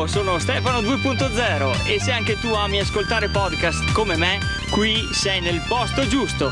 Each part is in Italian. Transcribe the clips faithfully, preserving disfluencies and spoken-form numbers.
Ciao, sono Stefano due punto zero e se anche tu ami ascoltare podcast come me, qui sei nel posto giusto.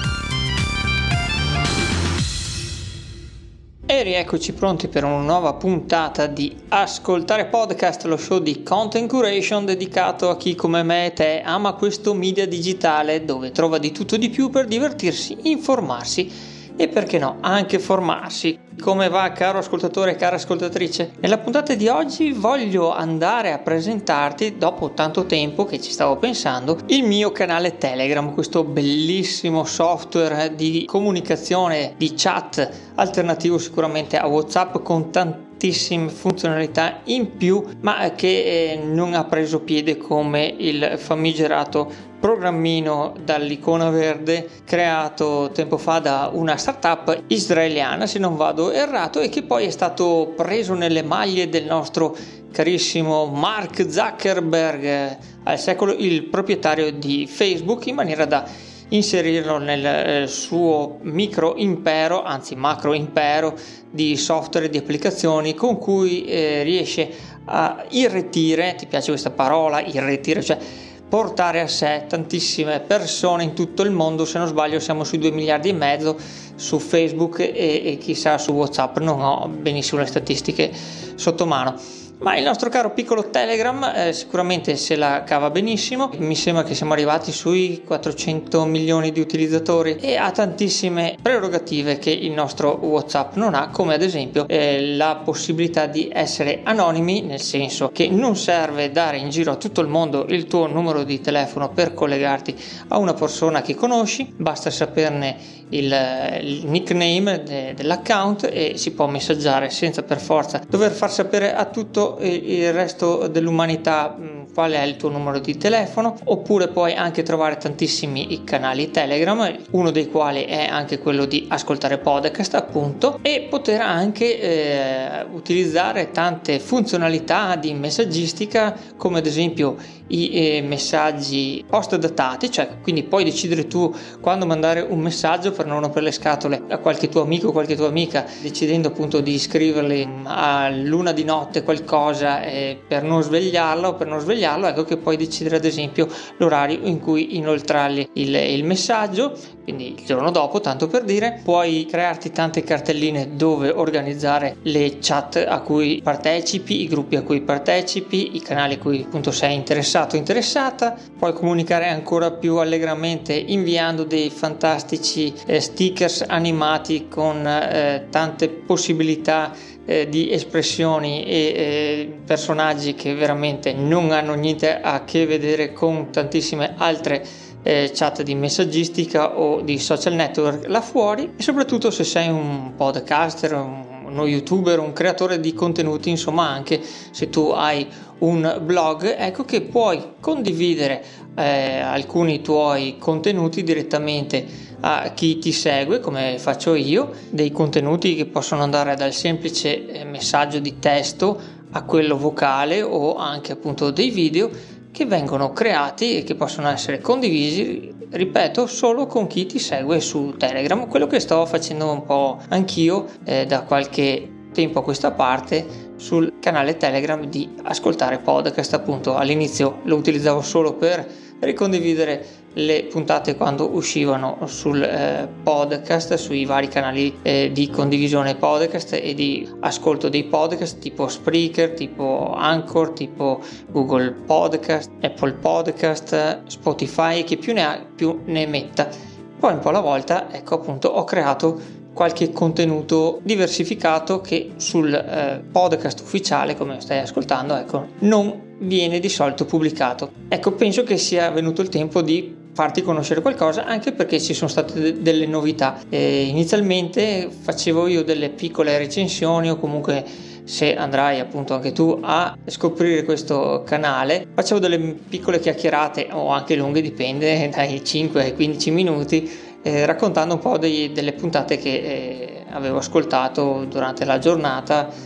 E rieccoci pronti per una nuova puntata di Ascoltare Podcast, lo show di content curation dedicato a chi come me e te ama questo media digitale dove trova di tutto di più per divertirsi, informarsi e perché no, anche formarsi. Come va, caro ascoltatore e cara ascoltatrice? Nella puntata di oggi voglio andare a presentarti, dopo tanto tempo che ci stavo pensando, il mio canale Telegram, questo bellissimo software di comunicazione, di chat, alternativo sicuramente a WhatsApp, con tantissime funzionalità in più, ma che eh, non ha preso piede come il famigerato programmino dall'icona verde creato tempo fa da una startup israeliana, se non vado errato, e che poi è stato preso nelle maglie del nostro carissimo Mark Zuckerberg, eh, al secolo il proprietario di Facebook, in maniera da inserirlo nel eh, suo micro impero, anzi macro impero di software e di applicazioni con cui eh, riesce a irretire, ti piace questa parola, irretire, cioè portare a sé tantissime persone in tutto il mondo. Se non sbaglio siamo sui due miliardi e mezzo su Facebook e, e chissà su WhatsApp, non ho benissimo le statistiche sotto mano. Ma il nostro caro piccolo Telegram eh, sicuramente se la cava benissimo, mi sembra che siamo arrivati sui quattrocento milioni di utilizzatori e ha tantissime prerogative che il nostro WhatsApp non ha, come ad esempio eh, la possibilità di essere anonimi, nel senso che non serve dare in giro a tutto il mondo il tuo numero di telefono per collegarti a una persona che conosci, basta saperne il, il nickname de, dell'account e si può messaggiare senza per forza dover far sapere a tutto il resto dell'umanità qual è il tuo numero di telefono. Oppure puoi anche trovare tantissimi canali Telegram, uno dei quali è anche quello di ascoltare podcast, appunto, e poter anche eh, utilizzare tante funzionalità di messaggistica, come ad esempio i eh, messaggi post datati, cioè quindi puoi decidere tu quando mandare un messaggio per non rompere le scatole a qualche tuo amico o qualche tua amica, decidendo appunto di scriverli a luna di notte qualcosa eh, per non svegliarla o per non svegliarlo. Ecco che puoi decidere ad esempio l'orario in cui inoltrargli il, il messaggio, quindi il giorno dopo, tanto per dire. Puoi crearti tante cartelline dove organizzare le chat a cui partecipi, i gruppi a cui partecipi, i canali a cui appunto sei interessato o interessata. Puoi comunicare ancora più allegramente inviando dei fantastici eh, stickers animati con eh, tante possibilità eh, di espressioni e eh, personaggi che veramente non hanno niente a che vedere con tantissime altre eh, chat di messaggistica o di social network là fuori. E soprattutto se sei un podcaster, un uno youtuber, un creatore di contenuti, insomma anche se tu hai un blog, ecco che puoi condividere eh, alcuni tuoi contenuti direttamente a chi ti segue, come faccio io, dei contenuti che possono andare dal semplice eh, messaggio di testo a quello vocale o anche appunto dei video che vengono creati e che possono essere condivisi, ripeto, solo con chi ti segue su Telegram, quello che sto facendo un po' anch'io eh, da qualche tempo a questa parte sul canale Telegram di Ascoltare Podcast. Appunto all'inizio lo utilizzavo solo per ricondividere le puntate quando uscivano sul eh, podcast, sui vari canali eh, di condivisione podcast e di ascolto dei podcast tipo Spreaker, tipo Anchor, tipo Google Podcast, Apple Podcast, Spotify, che più ne ha più ne metta. Poi un po' alla volta, ecco appunto, ho creato qualche contenuto diversificato che sul eh, podcast ufficiale, come stai ascoltando, ecco, non viene di solito pubblicato. Ecco, penso che sia venuto il tempo di farti conoscere qualcosa, anche perché ci sono state de- delle novità. E inizialmente facevo io delle piccole recensioni, o comunque se andrai appunto anche tu a scoprire questo canale, facevo delle piccole chiacchierate o anche lunghe, dipende, dai cinque ai quindici minuti, eh, raccontando un po' dei, delle puntate che eh, avevo ascoltato durante la giornata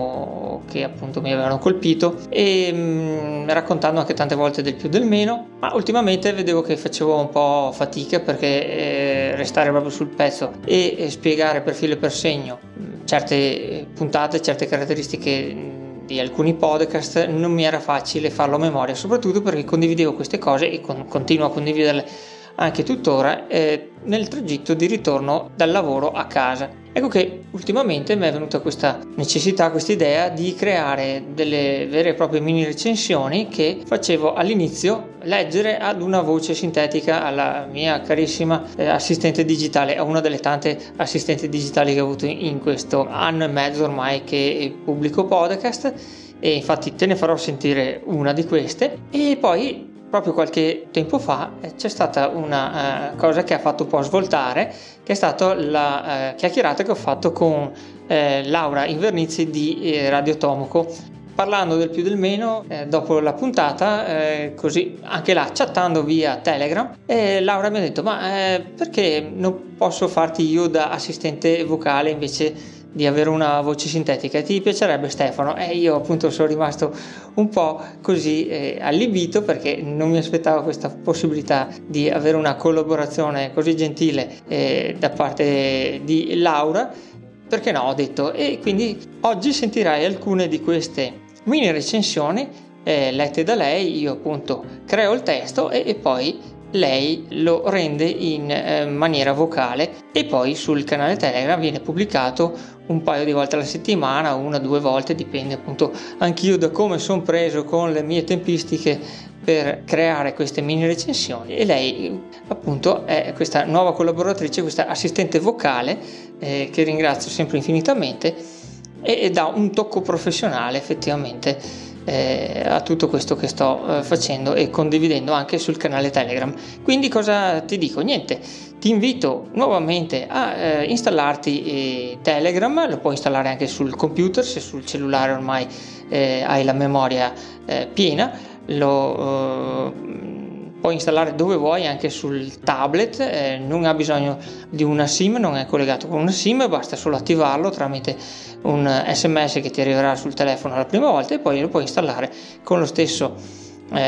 o che appunto mi avevano colpito, e mh, raccontando anche tante volte del più del meno. Ma ultimamente vedevo che facevo un po' fatica, perché eh, restare proprio sul pezzo e, e spiegare per filo e per segno mh, certe puntate, certe caratteristiche mh, di alcuni podcast non mi era facile farlo a memoria, soprattutto perché condividevo queste cose e con, continuo a condividerle anche tuttora eh, nel tragitto di ritorno dal lavoro a casa. Ecco che ultimamente mi è venuta questa necessità, questa idea di creare delle vere e proprie mini recensioni che facevo all'inizio leggere ad una voce sintetica alla mia carissima eh, assistente digitale, a una delle tante assistenti digitali che ho avuto in questo anno e mezzo ormai che pubblico podcast, e infatti te ne farò sentire una di queste. E poi proprio qualche tempo fa c'è stata una uh, cosa che ha fatto un po' svoltare, che è stata la uh, chiacchierata che ho fatto con eh, Laura Invernizzi di eh, Radio Tomoco, parlando del più del meno eh, dopo la puntata, eh, così anche là chattando via Telegram, e Laura mi ha detto ma eh, perché non posso farti io da assistente vocale invece di avere una voce sintetica, ti piacerebbe Stefano? E io appunto sono rimasto un po' così eh, allibito, perché non mi aspettavo questa possibilità di avere una collaborazione così gentile eh, da parte di Laura. Perché no, ho detto, e quindi oggi sentirai alcune di queste mini recensioni eh, lette da lei. Io appunto creo il testo e, e poi lei lo rende in eh, maniera vocale, e poi sul canale Telegram viene pubblicato un paio di volte alla settimana, una o due volte, dipende appunto anch'io da come sono preso con le mie tempistiche per creare queste mini recensioni. E lei appunto è questa nuova collaboratrice, questa assistente vocale eh, che ringrazio sempre infinitamente, e, e dà un tocco professionale effettivamente Eh, a tutto questo che sto eh, facendo e condividendo anche sul canale Telegram. Quindi cosa ti dico? Niente, ti invito nuovamente a eh, installarti eh, Telegram. Lo puoi installare anche sul computer, se sul cellulare ormai eh, hai la memoria eh, piena, lo eh, puoi installare dove vuoi, anche sul tablet, eh, non ha bisogno di una SIM, non è collegato con una SIM, basta solo attivarlo tramite un S M S che ti arriverà sul telefono la prima volta, e poi lo puoi installare con lo stesso eh,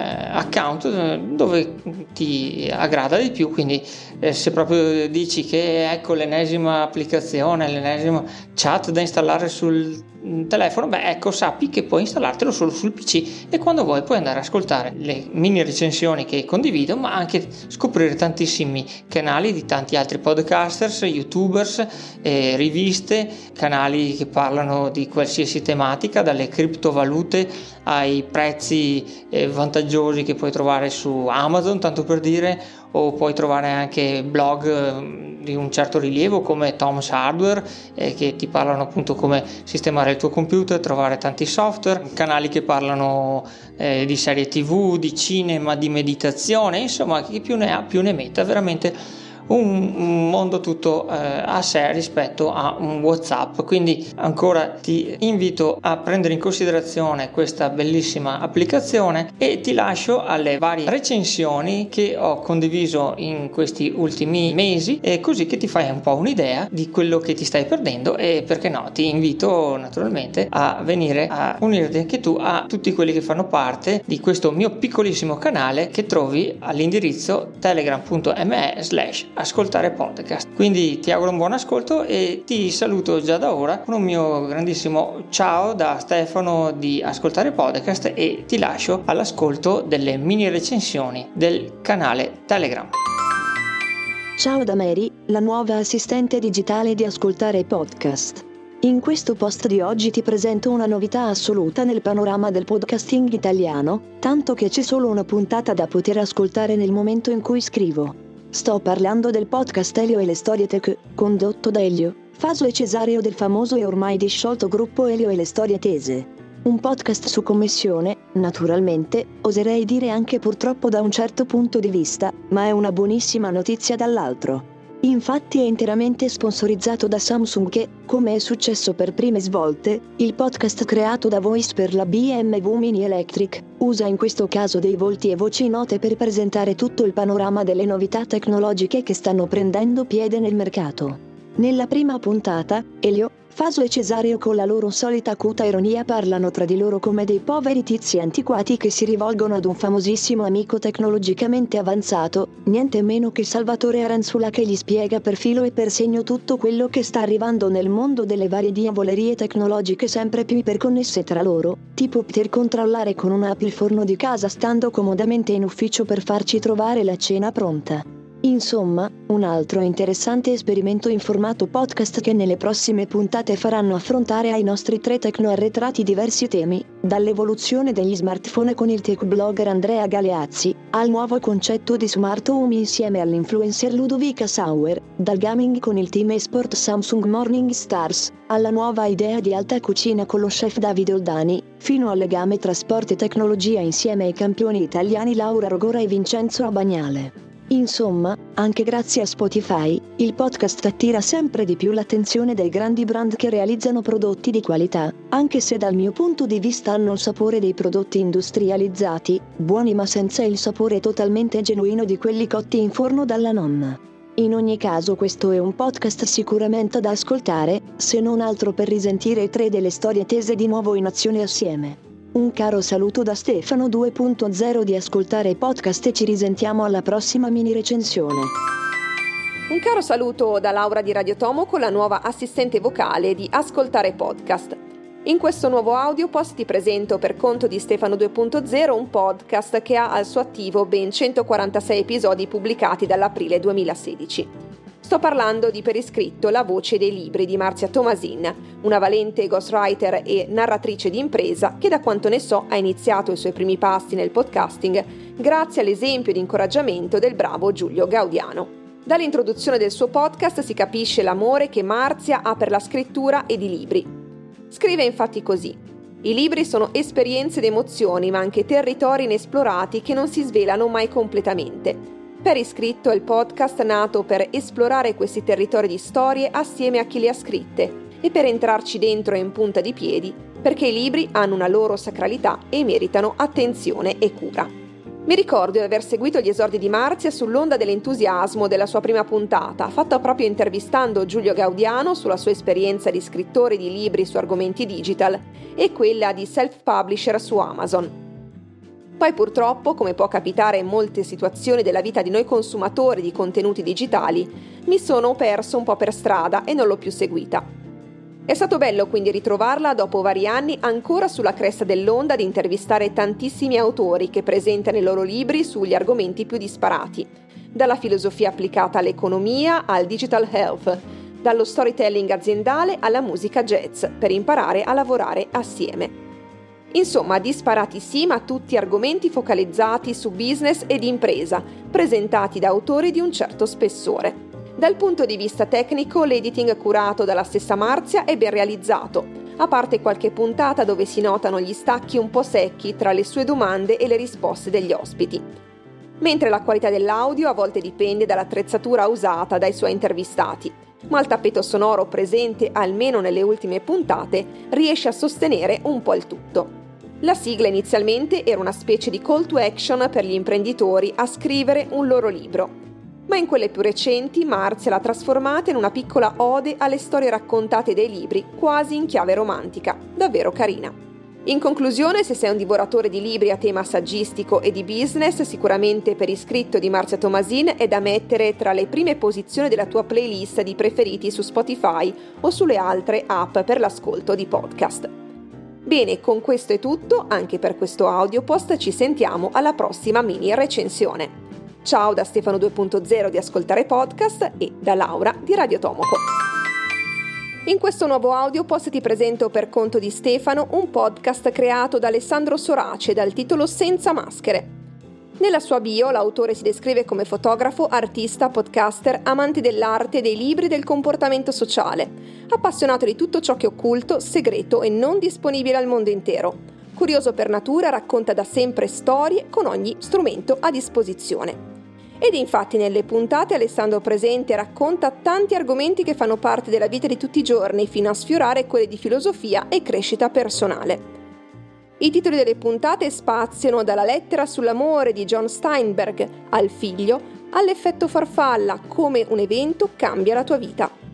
account dove ti aggrada di più. Quindi eh, se proprio dici che ecco l'ennesima applicazione, l'ennesima chat da installare sul telefono, beh ecco, sappi che puoi installartelo solo sul P C, e quando vuoi puoi andare ad ascoltare le mini recensioni che condivido, ma anche scoprire tantissimi canali di tanti altri podcasters, youtubers, eh, riviste, canali che parlano di qualsiasi tematica, dalle criptovalute ai prezzi eh, vantaggiosi che puoi trovare su Amazon, tanto per dire, o puoi trovare anche blog eh, di un certo rilievo come Tom's Hardware eh, che ti parlano appunto come sistemare il tuo computer, trovare tanti software, canali che parlano eh, di serie tv, di cinema, di meditazione, insomma chi più ne ha più ne metta, veramente un, un mondo tutto eh, a sé rispetto a un WhatsApp. Quindi ancora ti invito a prendere in considerazione questa bellissima applicazione, e ti lascio alle varie recensioni che ho condiviso in questi ultimi mesi, e così che ti fai un po' un'idea di quello che ti stai perdendo. E perché no, ti invito naturalmente a venire a unirti anche tu a tutti quelli che fanno parte di questo mio piccolissimo canale, che trovi all'indirizzo telegram.me slash ascoltare podcast. Quindi ti auguro un buon ascolto e ti saluto già da ora con un mio grandissimo ciao da Stefano di Ascoltare Podcast, e ti lascio all'ascolto delle mini recensioni del canale Telegram. Ciao da Mary, la nuova assistente digitale di Ascoltare Podcast. In questo post di oggi ti presento una novità assoluta nel panorama del podcasting italiano, tanto che c'è solo una puntata da poter ascoltare nel momento in cui scrivo. Sto parlando del podcast Elio e le storie tech, condotto da Elio, Faso e Cesario del famoso e ormai disciolto gruppo Elio e le storie tese. Un podcast su commissione, naturalmente, oserei dire anche purtroppo da un certo punto di vista, ma è una buonissima notizia dall'altro. Infatti è interamente sponsorizzato da Samsung che, come è successo per prime svolte, il podcast creato da Voice per la B M W Mini Electric, usa in questo caso dei volti e voci note per presentare tutto il panorama delle novità tecnologiche che stanno prendendo piede nel mercato. Nella prima puntata, Elio, Faso e Cesareo con la loro solita acuta ironia parlano tra di loro come dei poveri tizi antiquati che si rivolgono ad un famosissimo amico tecnologicamente avanzato, niente meno che Salvatore Aranzulla, che gli spiega per filo e per segno tutto quello che sta arrivando nel mondo delle varie diavolerie tecnologiche sempre più iperconnesse tra loro, tipo poter controllare con un'app il forno di casa stando comodamente in ufficio per farci trovare la cena pronta. Insomma, un altro interessante esperimento in formato podcast che nelle prossime puntate faranno affrontare ai nostri tre tecnoarretrati diversi temi, dall'evoluzione degli smartphone con il tech blogger Andrea Galeazzi, al nuovo concetto di smart home insieme all'influencer Ludovica Sauer, dal gaming con il team esport Samsung Morning Stars, alla nuova idea di alta cucina con lo chef Davide Oldani, fino al legame tra sport e tecnologia insieme ai campioni italiani Laura Rogora e Vincenzo Abagnale. Insomma, anche grazie a Spotify, il podcast attira sempre di più l'attenzione dei grandi brand che realizzano prodotti di qualità, anche se dal mio punto di vista hanno il sapore dei prodotti industrializzati, buoni ma senza il sapore totalmente genuino di quelli cotti in forno dalla nonna. In ogni caso questo è un podcast sicuramente da ascoltare, se non altro per risentire tre delle storie tese di nuovo in azione assieme. Un caro saluto da Stefano due punto zero di Ascoltare Podcast e ci risentiamo alla prossima mini recensione. Un caro saluto da Laura di Radio Tomo con la nuova assistente vocale di Ascoltare Podcast. In questo nuovo audio post ti presento per conto di Stefano due punto zero un podcast che ha al suo attivo ben centoquarantasei episodi pubblicati dall'aprile duemilasedici. Sto parlando di Per iscritto, la voce dei libri di Marzia Tomasin, una valente ghostwriter e narratrice di impresa che, da quanto ne so, ha iniziato i suoi primi passi nel podcasting grazie all'esempio di incoraggiamento del bravo Giulio Gaudiano. Dall'introduzione del suo podcast si capisce l'amore che Marzia ha per la scrittura ed i libri. Scrive infatti così: i libri sono esperienze ed emozioni, ma anche territori inesplorati che non si svelano mai completamente. Per iscritto è il podcast nato per esplorare questi territori di storie assieme a chi le ha scritte e per entrarci dentro in punta di piedi, perché i libri hanno una loro sacralità e meritano attenzione e cura. Mi ricordo di aver seguito gli esordi di Marzia sull'onda dell'entusiasmo della sua prima puntata, fatta proprio intervistando Giulio Gaudiano sulla sua esperienza di scrittore di libri su argomenti digital e quella di self-publisher su Amazon. Poi purtroppo, come può capitare in molte situazioni della vita di noi consumatori di contenuti digitali, mi sono perso un po' per strada e non l'ho più seguita. È stato bello quindi ritrovarla dopo vari anni ancora sulla cresta dell'onda di intervistare tantissimi autori che presentano i loro libri sugli argomenti più disparati, dalla filosofia applicata all'economia al digital health, dallo storytelling aziendale alla musica jazz, per imparare a lavorare assieme. Insomma, disparati sì, ma tutti argomenti focalizzati su business ed impresa, presentati da autori di un certo spessore. Dal punto di vista tecnico, l'editing curato dalla stessa Marzia è ben realizzato, a parte qualche puntata dove si notano gli stacchi un po' secchi tra le sue domande e le risposte degli ospiti. Mentre la qualità dell'audio a volte dipende dall'attrezzatura usata dai suoi intervistati, ma il tappeto sonoro presente almeno nelle ultime puntate riesce a sostenere un po' il tutto. La sigla inizialmente era una specie di call to action per gli imprenditori a scrivere un loro libro, ma in quelle più recenti Marzia l'ha trasformata in una piccola ode alle storie raccontate dai libri, quasi in chiave romantica, davvero carina. In conclusione, se sei un divoratore di libri a tema saggistico e di business, sicuramente Per iscritto di Marzia Tomasin è da mettere tra le prime posizioni della tua playlist di preferiti su Spotify o sulle altre app per l'ascolto di podcast. Bene, con questo è tutto, anche per questo audio post. Ci sentiamo alla prossima mini recensione. Ciao da Stefano due punto zero di Ascoltare Podcast e da Laura di Radio Tomoco. In questo nuovo audio post ti presento per conto di Stefano un podcast creato da Alessandro Sorace dal titolo Senza maschere. Nella sua bio l'autore si descrive come fotografo, artista, podcaster, amante dell'arte, dei libri e del comportamento sociale, appassionato di tutto ciò che è occulto, segreto e non disponibile al mondo intero. Curioso per natura, racconta da sempre storie con ogni strumento a disposizione. Ed infatti nelle puntate Alessandro presente racconta tanti argomenti che fanno parte della vita di tutti i giorni, fino a sfiorare quelli di filosofia e crescita personale. I titoli delle puntate spaziano dalla lettera sull'amore di John Steinberg al figlio, all'effetto farfalla, come un evento cambia la tua vita.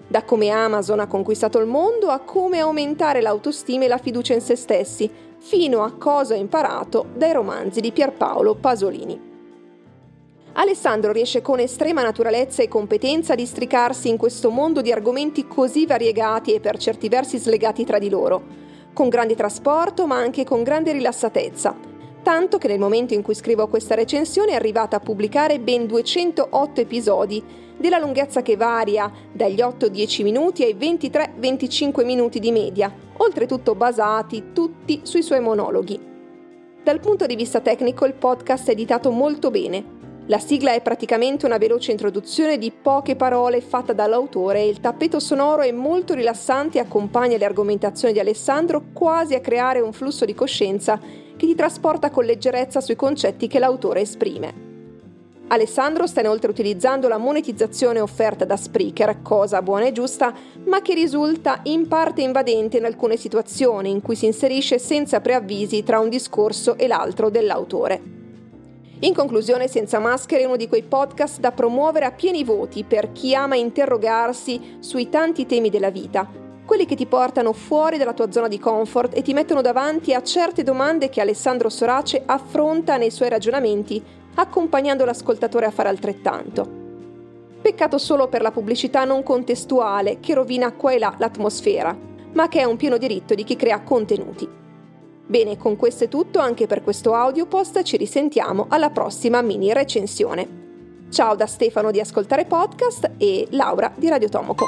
da come Amazon ha conquistato il mondo a come aumentare l'autostima e la fiducia in se stessi, fino a cosa ho imparato dai romanzi di Pierpaolo Pasolini. Alessandro riesce con estrema naturalezza e competenza a districarsi in questo mondo di argomenti così variegati e per certi versi slegati tra di loro, con grande trasporto ma anche con grande rilassatezza, tanto che nel momento in cui scrivo questa recensione è arrivata a pubblicare ben duecentootto episodi, della lunghezza che varia dagli otto dieci minuti ai ventitré venticinque minuti di media, oltretutto basati tutti sui suoi monologhi. Dal punto di vista tecnico il podcast è editato molto bene. La sigla è praticamente una veloce introduzione di poche parole fatta dall'autore e il tappeto sonoro è molto rilassante e accompagna le argomentazioni di Alessandro quasi a creare un flusso di coscienza che ti trasporta con leggerezza sui concetti che l'autore esprime. Alessandro sta inoltre utilizzando la monetizzazione offerta da Spreaker, cosa buona e giusta, ma che risulta in parte invadente in alcune situazioni in cui si inserisce senza preavvisi tra un discorso e l'altro dell'autore. In conclusione, Senza Maschere è uno di quei podcast da promuovere a pieni voti per chi ama interrogarsi sui tanti temi della vita, quelli che ti portano fuori dalla tua zona di comfort e ti mettono davanti a certe domande che Alessandro Sorace affronta nei suoi ragionamenti, accompagnando l'ascoltatore a fare altrettanto. Peccato solo per la pubblicità non contestuale che rovina qua e là l'atmosfera, ma che è un pieno diritto di chi crea contenuti. Bene, con questo è tutto anche per questo audio post, ci risentiamo alla prossima mini recensione. Ciao da Stefano di Ascoltare Podcast e Laura di Radio Tomoco.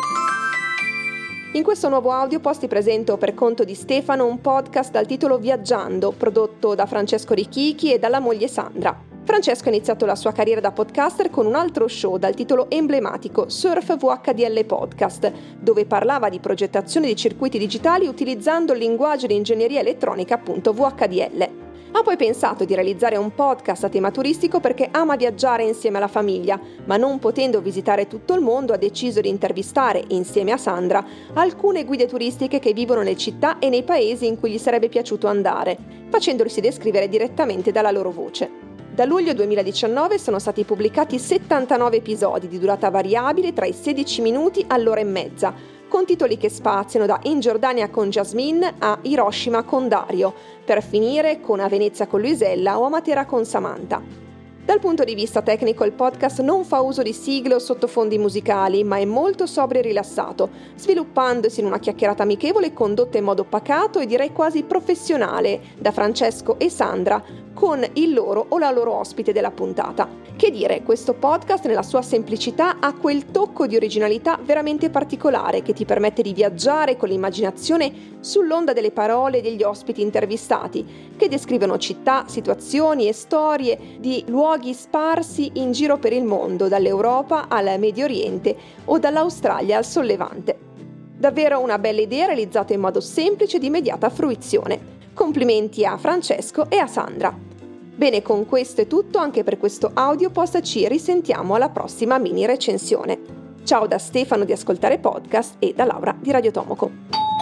In questo nuovo audio post ti presento per conto di Stefano un podcast dal titolo Viaggiando, prodotto da Francesco Richichi e dalla moglie Sandra. Francesco ha iniziato la sua carriera da podcaster con un altro show dal titolo emblematico Surf V H D L Podcast, dove parlava di progettazione di circuiti digitali utilizzando il linguaggio di ingegneria elettronica, appunto V H D L. Ha poi pensato di realizzare un podcast a tema turistico perché ama viaggiare insieme alla famiglia, ma non potendo visitare tutto il mondo ha deciso di intervistare, insieme a Sandra, alcune guide turistiche che vivono nelle città e nei paesi in cui gli sarebbe piaciuto andare, facendolisi descrivere direttamente dalla loro voce. Da luglio duemiladiciannove sono stati pubblicati settantanove episodi di durata variabile tra i sedici minuti all'ora e mezza, con titoli che spaziano da In Giordania con Jasmine a Hiroshima con Dario, per finire con A Venezia con Luisella o A Matera con Samantha. Dal punto di vista tecnico il podcast non fa uso di sigle o sottofondi musicali, ma è molto sobrio e rilassato, sviluppandosi in una chiacchierata amichevole condotta in modo pacato e direi quasi professionale da Francesco e Sandra, con il loro o la loro ospite della puntata. Che dire, questo podcast nella sua semplicità ha quel tocco di originalità veramente particolare che ti permette di viaggiare con l'immaginazione sull'onda delle parole degli ospiti intervistati, che descrivono città, situazioni e storie di luoghi sparsi in giro per il mondo, dall'Europa al Medio Oriente o dall'Australia al Sollevante. Davvero una bella idea realizzata in modo semplice e di immediata fruizione. Complimenti a Francesco e a Sandra. Bene, con questo è tutto anche per questo audio post, ci risentiamo alla prossima mini recensione. Ciao da Stefano di Ascoltare Podcast e da Laura di Radio Tomoco.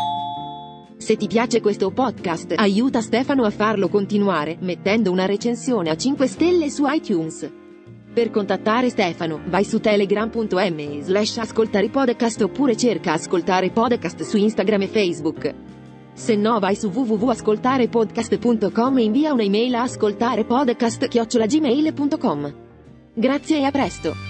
Se ti piace questo podcast, aiuta Stefano a farlo continuare, mettendo una recensione a cinque stelle su iTunes. Per contattare Stefano, vai su telegram punto me slash ascoltare podcast oppure cerca Ascoltare Podcast su Instagram e Facebook. Se no vai su w w w punto ascoltare podcast punto com e invia un'email a ascoltarepodcast chiocciola gmail punto com. Grazie e a presto!